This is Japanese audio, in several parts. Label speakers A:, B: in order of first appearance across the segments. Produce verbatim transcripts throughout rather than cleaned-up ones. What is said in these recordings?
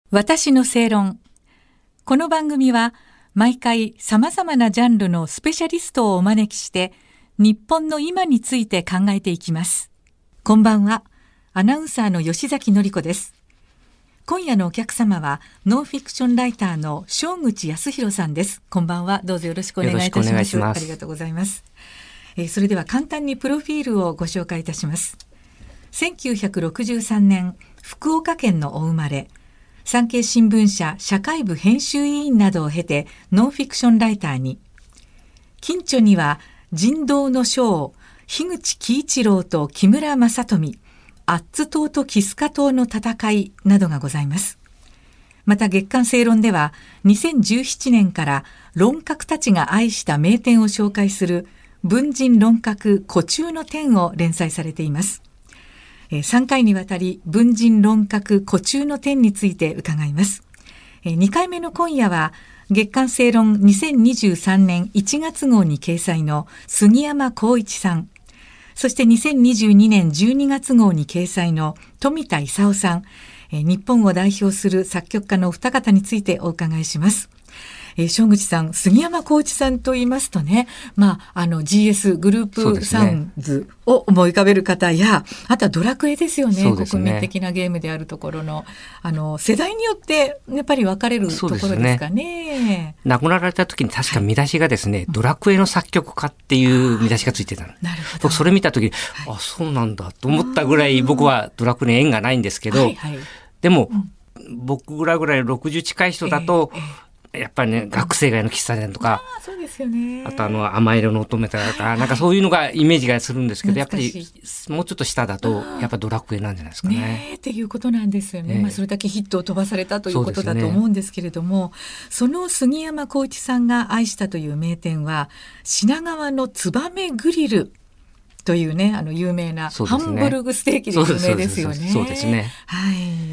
A: 私の正論。この番組は毎回様々なジャンルのスペシャリストをお招きして日本の今について考えていきます。こんばんは。アナウンサーの吉崎のり子です。今夜のお客様はノンフィクションライターの正口康弘さんです。こんばんは。どうぞよろしくお願いいたします。
B: ます。
A: ありがとうございます。えー、それでは簡単にプロフィールをご紹介いたします。せんきゅうひゃくろくじゅうさんねん、福岡県のお生まれ。産経新聞社社会部編集委員などを経てノンフィクションライターに。近著には人道の将、樋口喜一郎と木村正富、アッツ島とキスカ島の戦いなどがございます。また月刊正論ではにせんじゅうななねんから論客たちが愛した名店を紹介する文人論客古中の典を連載されています。さんかいにわたり文人論客古中の典について伺います。にかいめの今夜は月刊正論にせんにじゅうさんねんいちがつ号に掲載の杉山浩一さん、そしてにせんにじゅうにねんじゅうにがつ号に掲載の富田勲さん、日本を代表する作曲家のお二方についてお伺いします。えー、正口さん、杉山浩一さんと言いますとね、まあ、あの ジーエス グループサウンズを思い浮かべる方や、あとはドラクエですよね。そうですね。国民的なゲームであるところの、あの、世代によってやっぱり分かれるところですかね。ね、
B: 亡くなられた時に確か見出しがですね、はい、ドラクエの作曲家っていう見出しがついてたの。なるほど。僕それ見た時に、はい、あ、そうなんだと思ったぐらい僕はドラクエに縁がないんですけど、はいはい、でも、うん、僕らぐらいろくじゅう近い人だと、えーえーやっぱりね、学生街の喫茶店とか、
A: あ、そうですよね。
B: あとあの甘色の乙女とか、はいはい、なんかそういうのがイメージがするんですけど、やっぱりもうちょっと下だとやっぱドラクエなんじゃないですかね。
A: ねえっていうことなんですよね。ね、まあそれだけヒットを飛ばされたということだと思うんですけれども、そ, ね、その杉山浩一さんが愛したという名店は品川のつばめグリルというね、あの有名なハンブルグステーキで有名ですよね。
B: そうですね。
A: はい。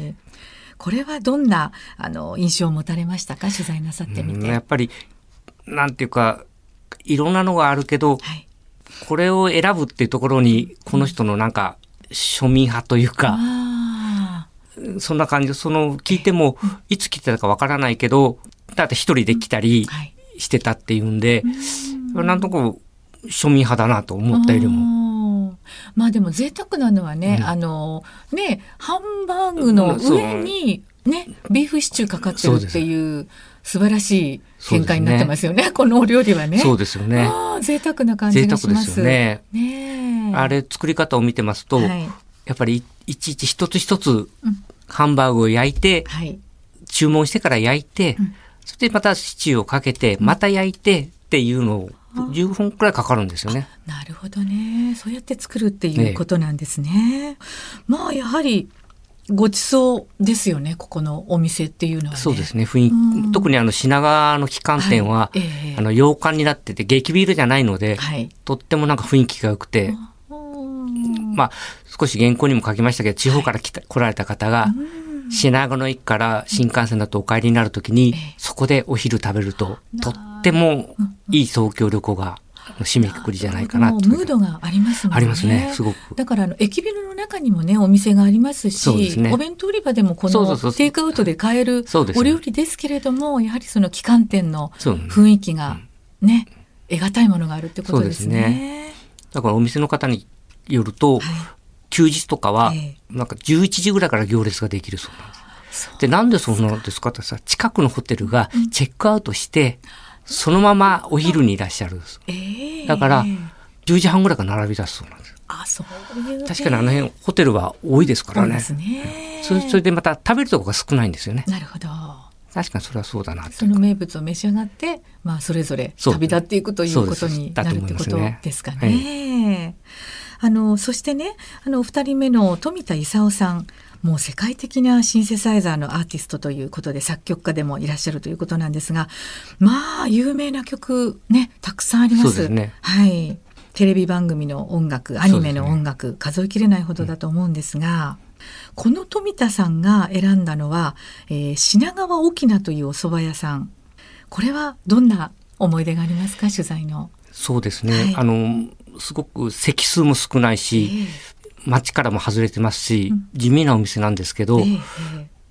A: これはどんなあの印象を持たれましたか、取材なさってみて。
B: やっぱりなんていうかいろんなのがあるけど、はい、これを選ぶっていうところにこの人のなんか庶民派というか、うん、そんな感じで、その聞いてもいつ来てたかわからないけど、だって一人で来たりしてたっていうんで、うん、なんとか庶民派だなと思ったよりも。
A: まあでも贅沢なのはね、うん、あのね、ハンバーグの上にね、ビーフシチューかかってるっていう素晴らしい展開になってますよね。ね、このお料理はね。そうですよね。あ、贅沢な感じがします。
B: 贅沢ですよね。ね、あれ作り方を見てますと、はい、やっぱりいちいち一つ一つ、うん、ハンバーグを焼いて、はい、注文してから焼いて、うん、そしてまたシチューをかけて、また焼いてっていうのをじゅっぷんくらいかかるんですよね。
A: なるほどね。そうやって作るっていうことなんですね。ね、まあやはりごちそうですよね、ここのお店っていうのはね。
B: そうですね。雰囲気、特にあの品川の旗艦店は、はい、えー、あの洋館になってて劇ビールじゃないので、はい、とってもなんか雰囲気が良くて、まあ少し原稿にも書きましたけど、地方から来た、はい、来られた方が、品川の駅から新幹線だとお帰りになるときに、えー、そこでお昼食べると、とってもいい東京旅行が締めくくりじゃないかなと。
A: ムードがありますもんね。
B: ありますね、すごく。
A: だからあの駅ビルの中にもね、お店がありますし、そうですね、お弁当売り場でもこのテイクアウトで買えるお料理ですけれども、やはりその旗艦店の雰囲気がね、得難いものがあるってことですね。そうですね。
B: だからお店の方によると、はい、休日とかはなんかじゅういちじぐらいから行列ができるそうなんです。で、なんでそうなんですかってさ、近くのホテルがチェックアウトして、うん、そのままお昼にいらっしゃるんです。えー、だから、じゅうじはんぐらいから並び出すそうなんです。
A: あ、そういう、ね。
B: 確かにあの辺、ホテルは多いですからね。
A: そうですね。
B: それ、それでまた食べるところが少ないんですよね。
A: なるほど。
B: 確かにそれはそうだなって。
A: その名物を召し上がって、まあ、それぞれ旅立っていくということになるってことですかね。はい、あの、そしてね、あの、二人目の富田勲さん。もう世界的なシンセサイザーのアーティストということで作曲家でもいらっしゃるということなんですが、まあ有名な曲ね、たくさんあります。そうですね。はい。テレビ番組の音楽、アニメの音楽、ね、数えきれないほどだと思うんですが、うん、この富田さんが選んだのは、えー、品川沖縄というお蕎麦屋さん。これはどんな思い出がありますか、取材の。
B: そうですね。はい、あのすごく席数も少ないし。えー街からも外れてますし、うん、地味なお店なんですけど、えー、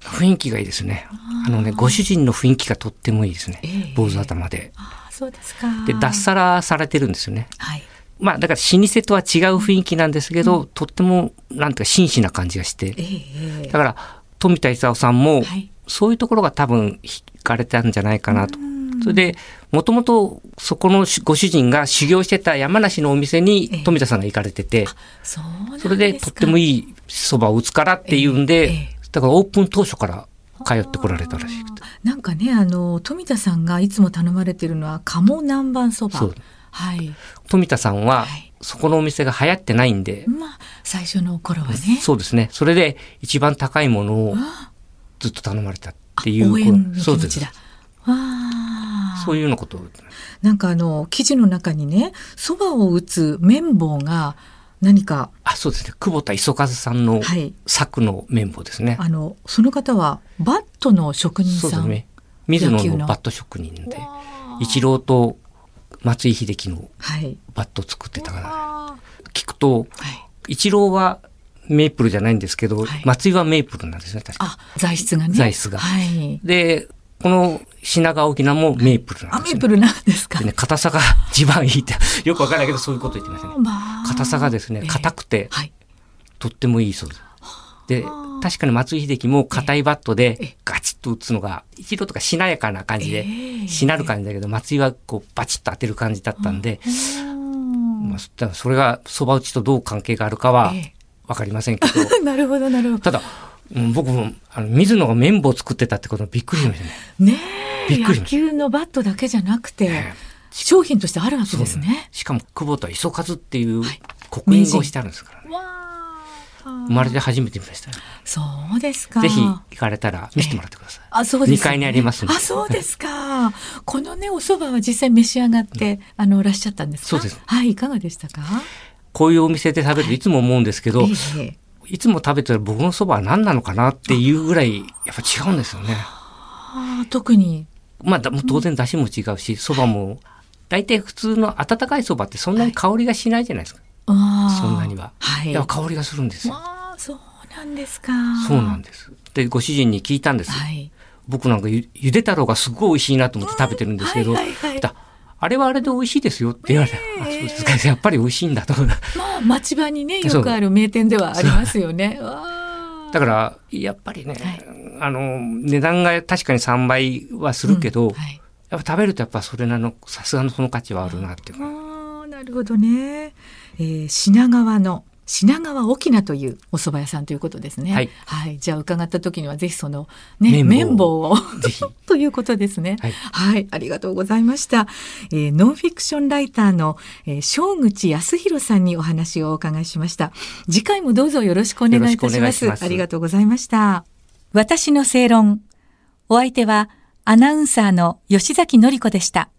B: 雰囲気がいいですね。あのね、ご主人の雰囲気がとってもいいですね。えー、坊主頭で。
A: あ、そうですか。
B: で、脱サラされてるんですよね。
A: はい。
B: まあ、だから老舗とは違う雰囲気なんですけど、うん、とっても、なんていうか、紳士な感じがして。えー、だから、富田勲さんも、はい、そういうところが多分、惹かれたんじゃないかなと。それで、もともと、そこのご主人が修行してた山梨のお店に、富田さんが行かれてて、えー、そ, それで、とってもいい蕎麦を打つからっていうんで、えーえー、だからオープン当初から通ってこられたらしくて。
A: なんかね、あの、富田さんがいつも頼まれてるのは、鴨南蛮蕎麦。そう。はい。
B: 富田さんは、はい、そこのお店が流行ってないんで。
A: まあ、最初の頃はね。
B: そうですね。それで一番高いものをずっと頼まれたっていう。
A: 応援の気持ちだ。
B: そういうようなことを。
A: なんかあの、生地の中にね、蕎麦を打つ綿棒が何か。
B: あ、そうですね。久保田磯和さんの作の綿棒ですね。
A: はい、あの、その方はバットの職人さん。そうですね。
B: 水野のバット職人で、イチローと松井秀喜のバットを作ってたから、はい、聞くと、はい、イチローはメープルじゃないんですけど、はい、松井はメープルなんですね、確かに。
A: あ、材質がね。
B: 材質が。はい、で、この品川沖縄もメープルなんですね。あ、メ
A: ープルなんですか。
B: でね、硬さが一番いいって、よくわからないけどそういうこと言ってましたね。まあ、硬さがですね、硬くて、えーはい、とってもいいそうです。で、確かに松井秀喜も硬いバットでガチッと打つのが、一度とかしなやかな感じで、しなる感じだけど、松井はこうバチッと当てる感じだったんで、まあ、それが蕎麦打ちとどう関係があるかはわかりませんけど。
A: なるほど、なるほど。
B: ただ、僕も、あの、水野が綿棒を作ってたってことにびっくりしましたね。
A: ねえ、びっくりしました。野球のバットだけじゃなくて、ね、商品としてあるわけですね。
B: しかも、久保田磯和っていう刻印がしてあるんですからね。生まれて初めて見ました。
A: そうですか。
B: ぜひ行かれたら見せてもらってください。
A: あ、そうですね。
B: にかいにありますので。
A: あ、そうですか。このね、お蕎麦は実際召し上がって、うん、あの、いらっしゃったんですか？
B: そうです。
A: はい、いかがでしたか？
B: こういうお店で食べるといつも思うんですけど、はい、いつも食べてる僕の蕎麦は何なのかなっていうぐらい、やっぱ違うんですよね。
A: あ、特に。
B: まあ、当然出汁も違うし、蕎麦も、大体普通の温かい蕎麦ってそんなに香りがしないじゃないですか。はい、そんなには。はい。やっぱ香りがするんですよ。
A: そうなんですか。
B: そうなんです。で、ご主人に聞いたんです。はい、僕なんかゆ、ゆで太郎がすごい美味しいなと思って食べてるんですけど、はいはいはい、あれはあれで美味しいですよって言われて、えー、あ、そうですか。やっぱり美味しいんだと。ま
A: あ、町場にね、よくある名店ではありますよね。
B: だから、やっぱりね、はい、あの、値段が確かにさんばいはするけど、うん、はい、やっぱ食べるとやっぱそれなの、さすがのその価値はあるなっていうか。
A: ああ、なるほどね。えー、品川の品川沖縄というお蕎麦屋さんということですね。はい。はい。じゃあ伺った時にはぜひそのね、綿棒をぜひということですね。はい。はい。ありがとうございました。えー、ノンフィクションライターの、えー、正口康弘さんにお話をお伺いしました。次回もどうぞよろしくお願いいたします。ありがとうございました。私の正論。お相手はアナウンサーの吉崎典子でした。